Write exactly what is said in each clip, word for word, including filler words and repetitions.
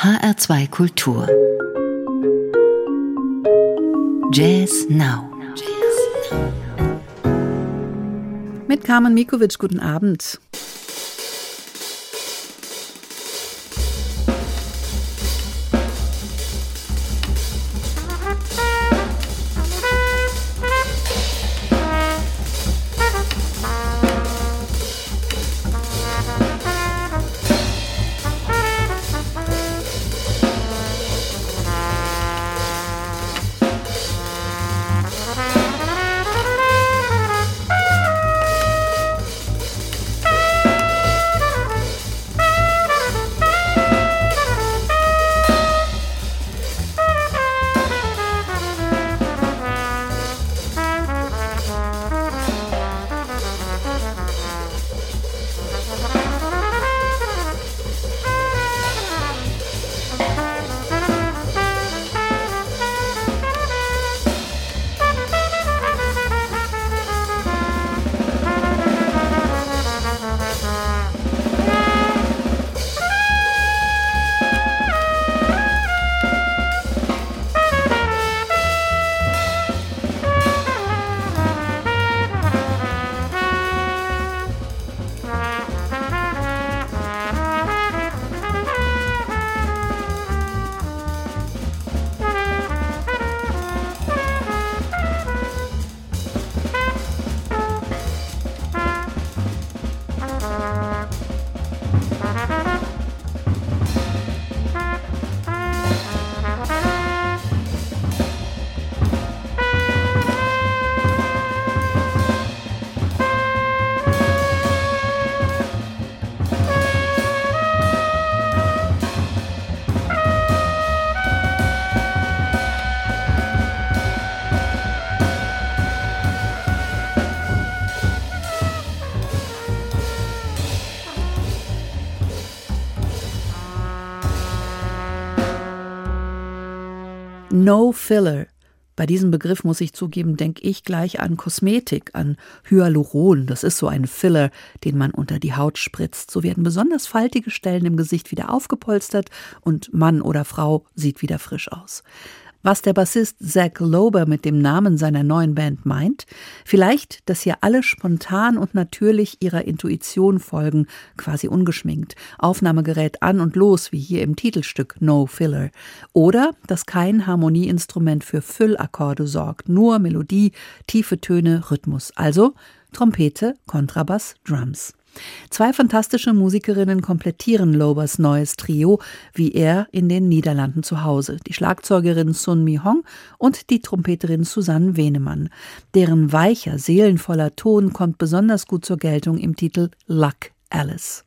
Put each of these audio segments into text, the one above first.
H R zwei Kultur Jazz Now. Mit Carmen Mikovic, guten Abend. No Filler. Bei diesem Begriff, muss ich zugeben, denke ich gleich an Kosmetik, an Hyaluron. Das ist so ein Filler, den man unter die Haut spritzt. So werden besonders faltige Stellen im Gesicht wieder aufgepolstert und Mann oder Frau sieht wieder frisch aus. Was der Bassist Zach Lober mit dem Namen seiner neuen Band meint? Vielleicht, dass hier alle spontan und natürlich ihrer Intuition folgen, quasi ungeschminkt. Aufnahmegerät an und los, wie hier im Titelstück No Filler. Oder, dass kein Harmonieinstrument für Füllakkorde sorgt, nur Melodie, tiefe Töne, Rhythmus. Also Trompete, Kontrabass, Drums. Zwei fantastische Musikerinnen komplettieren Lobers neues Trio, wie er in den Niederlanden zu Hause. Die Schlagzeugerin Sun Mi Hong und die Trompeterin Susanne Wenemann. Deren weicher, seelenvoller Ton kommt besonders gut zur Geltung im Titel Luck Alice.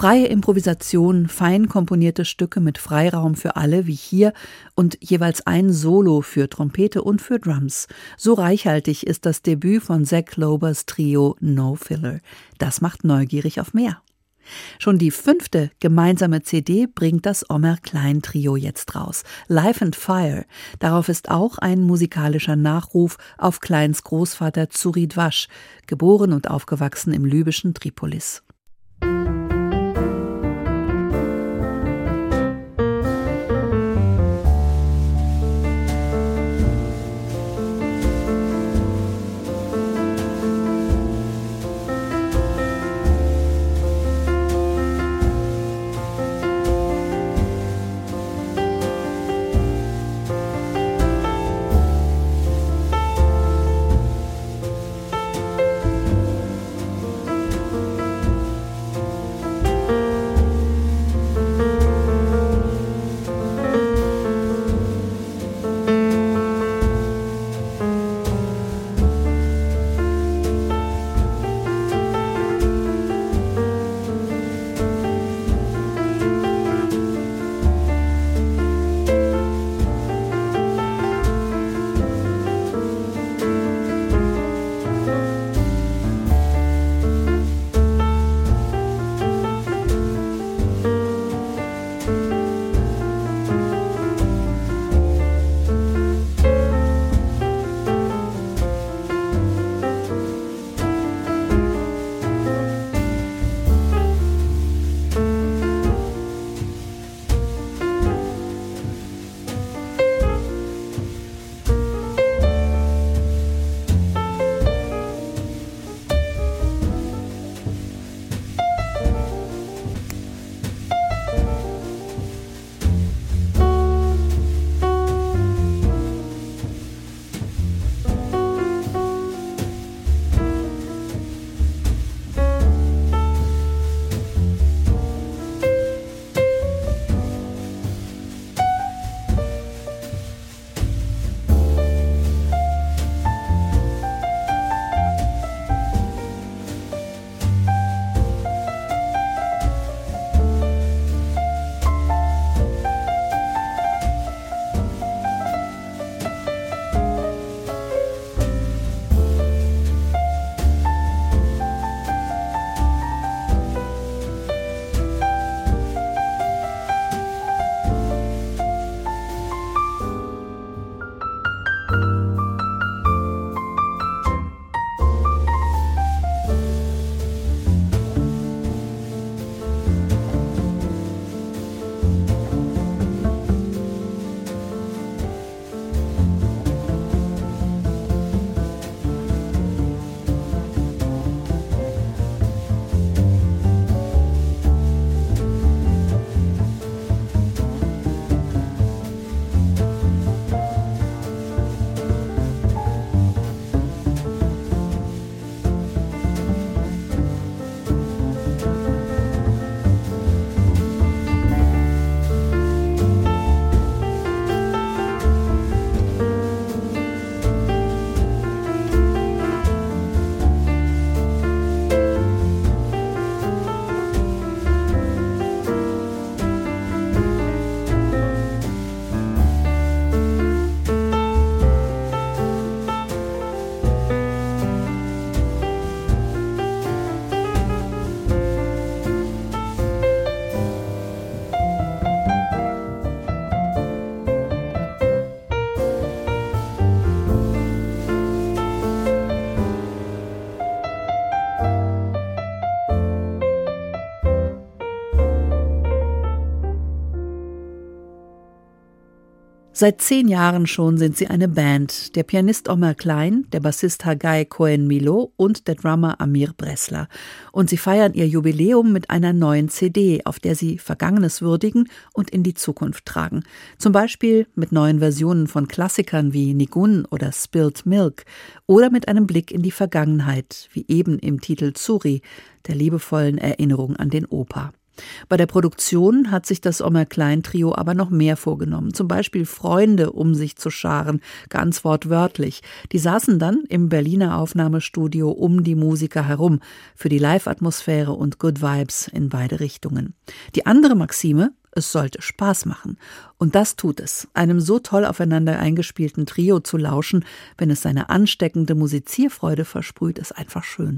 Freie Improvisation, fein komponierte Stücke mit Freiraum für alle, wie hier, und jeweils ein Solo für Trompete und für Drums. So reichhaltig ist das Debüt von Zach Lobers Trio No Filler. Das macht neugierig auf mehr. Schon die fünfte gemeinsame C D bringt das Omer Klein Trio jetzt raus. Life and Fire. Darauf ist auch ein musikalischer Nachruf auf Kleins Großvater Zuri Dwasch, geboren und aufgewachsen im libyschen Tripolis. Seit zehn Jahren schon sind sie eine Band. Der Pianist Omer Klein, der Bassist Haggai Cohen-Milo und der Drummer Amir Bressler. Und sie feiern ihr Jubiläum mit einer neuen C D, auf der sie Vergangenes würdigen und in die Zukunft tragen. Zum Beispiel mit neuen Versionen von Klassikern wie Nigun oder Spilled Milk oder mit einem Blick in die Vergangenheit, wie eben im Titel Zuri, der liebevollen Erinnerung an den Opa. Bei der Produktion hat sich das Omer Klein Trio aber noch mehr vorgenommen. Zum Beispiel Freunde um sich zu scharen, ganz wortwörtlich. Die saßen dann im Berliner Aufnahmestudio um die Musiker herum für die Live-Atmosphäre und Good Vibes in beide Richtungen. Die andere Maxime: Es sollte Spaß machen. Und das tut es, einem so toll aufeinander eingespielten Trio zu lauschen, wenn es seine ansteckende Musizierfreude versprüht, ist einfach schön.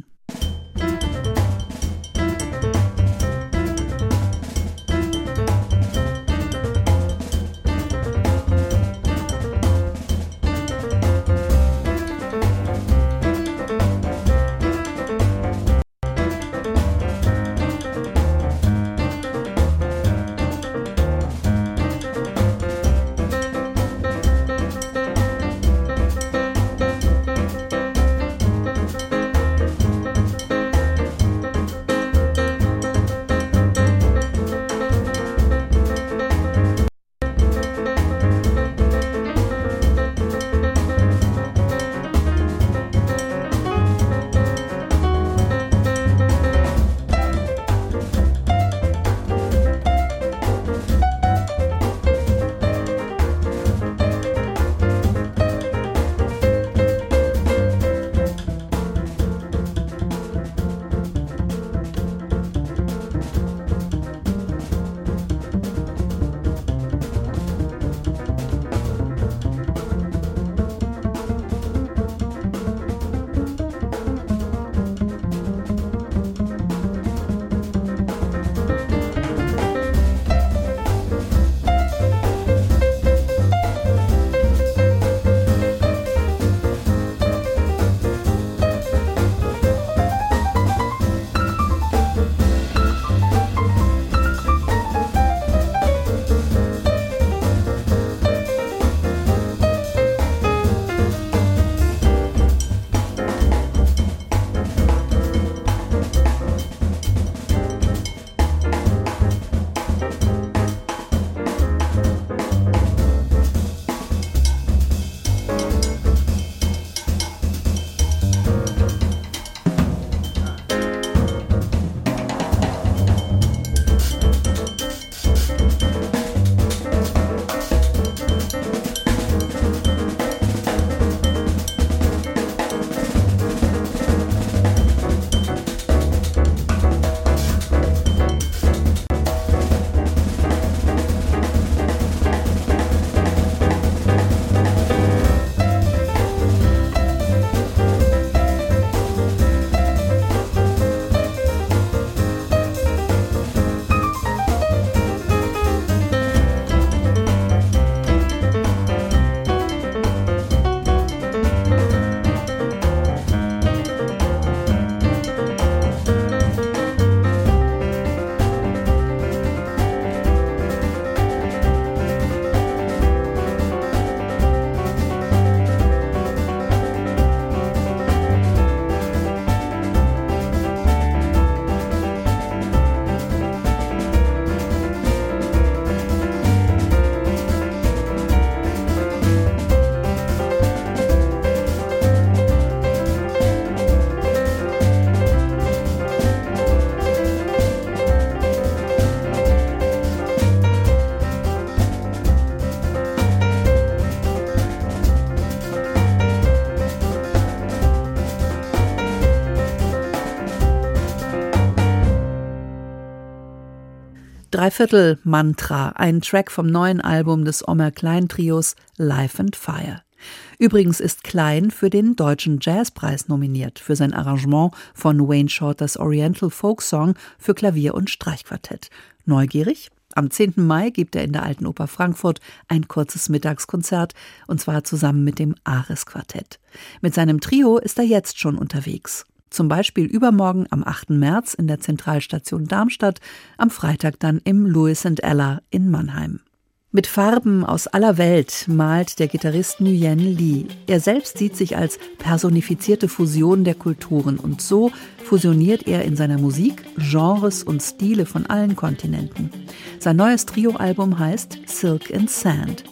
Dreiviertel Mantra, ein Track vom neuen Album des Omer Klein Trios Life and Fire. Übrigens ist Klein für den Deutschen Jazzpreis nominiert, für sein Arrangement von Wayne Shorters Oriental Folk Song für Klavier und Streichquartett. Neugierig? Am zehnten Mai gibt er in der Alten Oper Frankfurt ein kurzes Mittagskonzert, und zwar zusammen mit dem Ares Quartett. Mit seinem Trio ist er jetzt schon unterwegs. Zum Beispiel übermorgen am achten März in der Zentralstation Darmstadt, am Freitag dann im Lewis and Ella in Mannheim. Mit Farben aus aller Welt malt der Gitarrist Nguyen Lee. Er selbst sieht sich als personifizierte Fusion der Kulturen, und so fusioniert er in seiner Musik Genres und Stile von allen Kontinenten. Sein neues Trio-Album heißt Silk and Sand.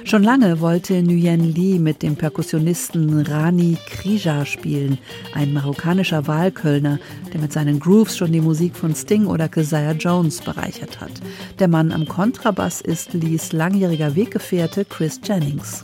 Schon lange wollte Nguyen Ly mit dem Perkussionisten Rani Krija spielen, ein marokkanischer Wahlkölner, der mit seinen Grooves schon die Musik von Sting oder Keziah Jones bereichert hat. Der Mann am Kontrabass ist Lys langjähriger Weggefährte Chris Jennings.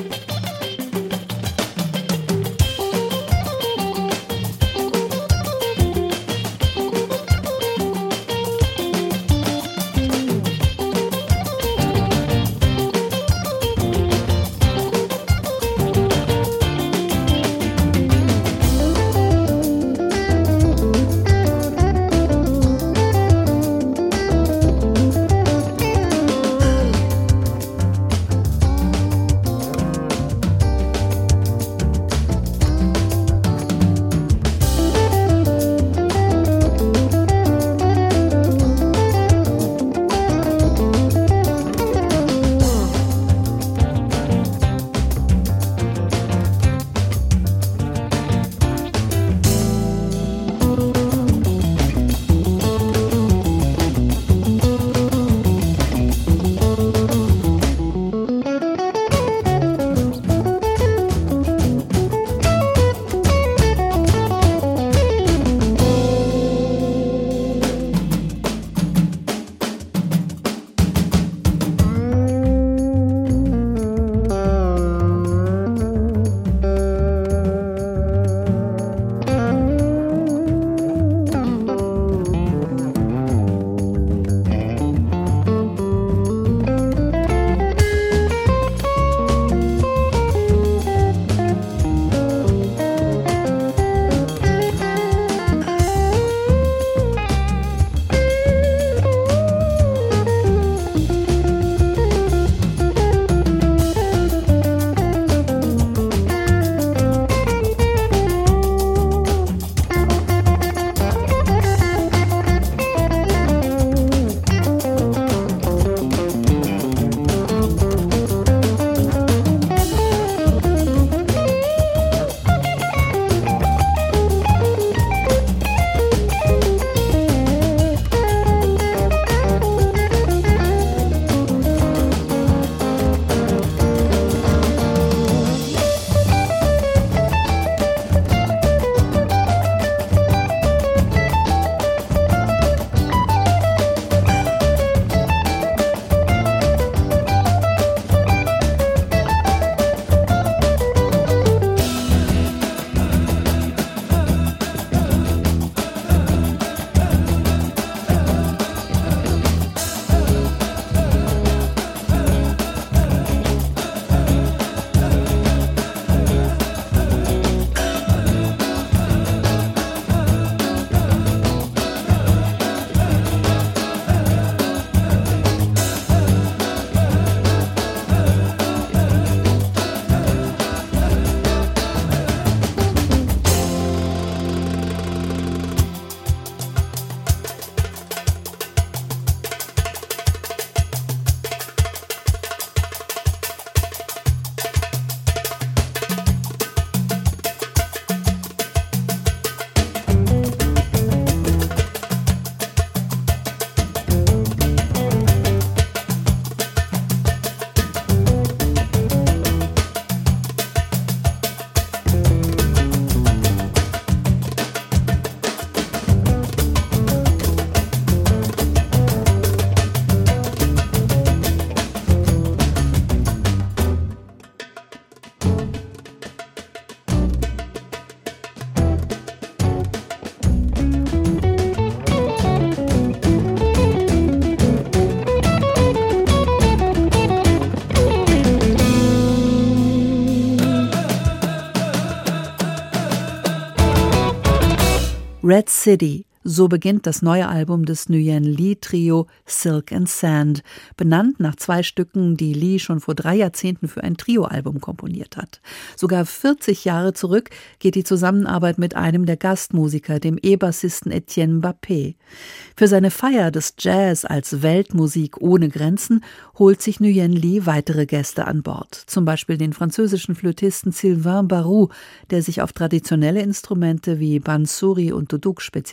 Red City, so beginnt das neue Album des Nguyen Ly Trio Silk and Sand, benannt nach zwei Stücken, die Ly schon vor drei Jahrzehnten für ein Trio-Album komponiert hat. Sogar vierzig Jahre zurück geht die Zusammenarbeit mit einem der Gastmusiker, dem E-Bassisten Etienne Mbappé. Für seine Feier des Jazz als Weltmusik ohne Grenzen holt sich Nguyen Ly weitere Gäste an Bord, zum Beispiel den französischen Flötisten Sylvain Barou, der sich auf traditionelle Instrumente wie Bansuri und Duduk spezialisiert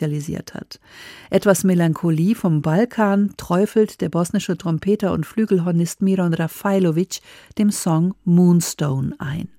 inspiriert hat. Etwas Melancholie vom Balkan träufelt der bosnische Trompeter und Flügelhornist Miron Rafailović dem Song Moonstone ein.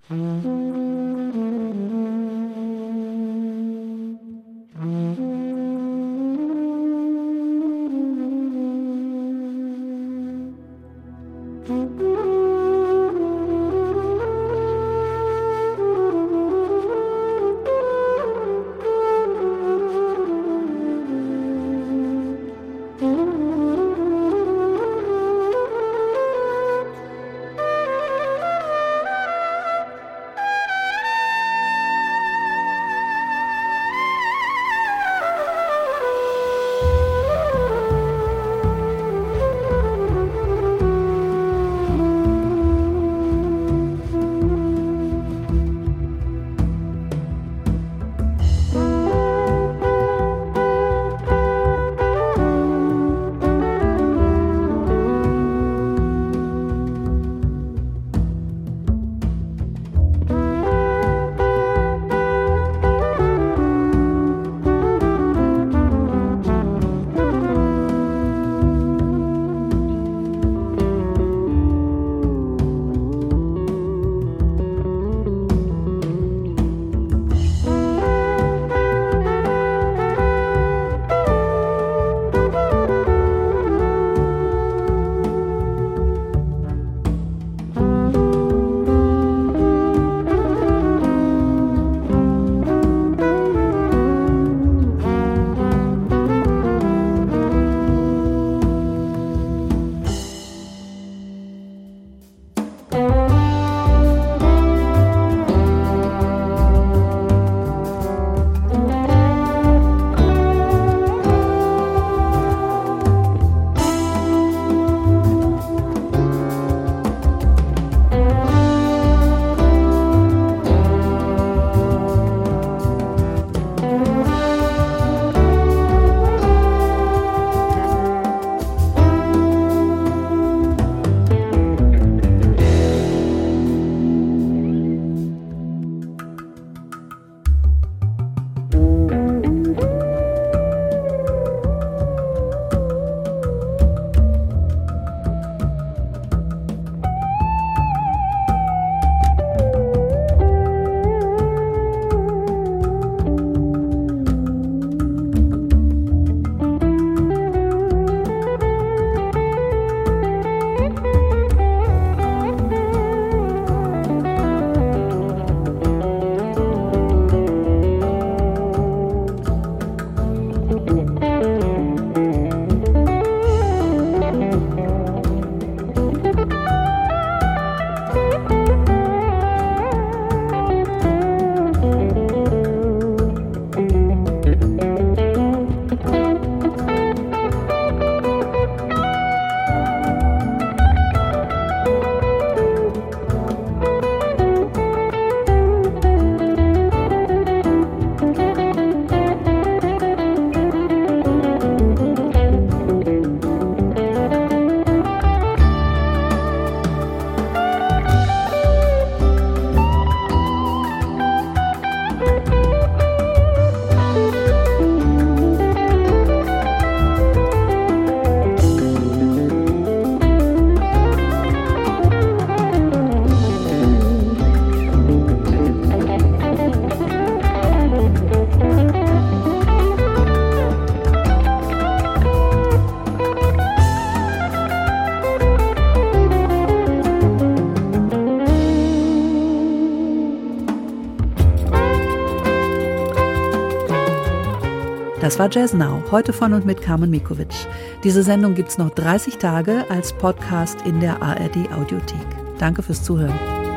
Das war Jazz Now, heute von und mit Carmen Mikovic. Diese Sendung gibt's noch dreißig Tage als Podcast in der A R D Audiothek. Danke fürs Zuhören.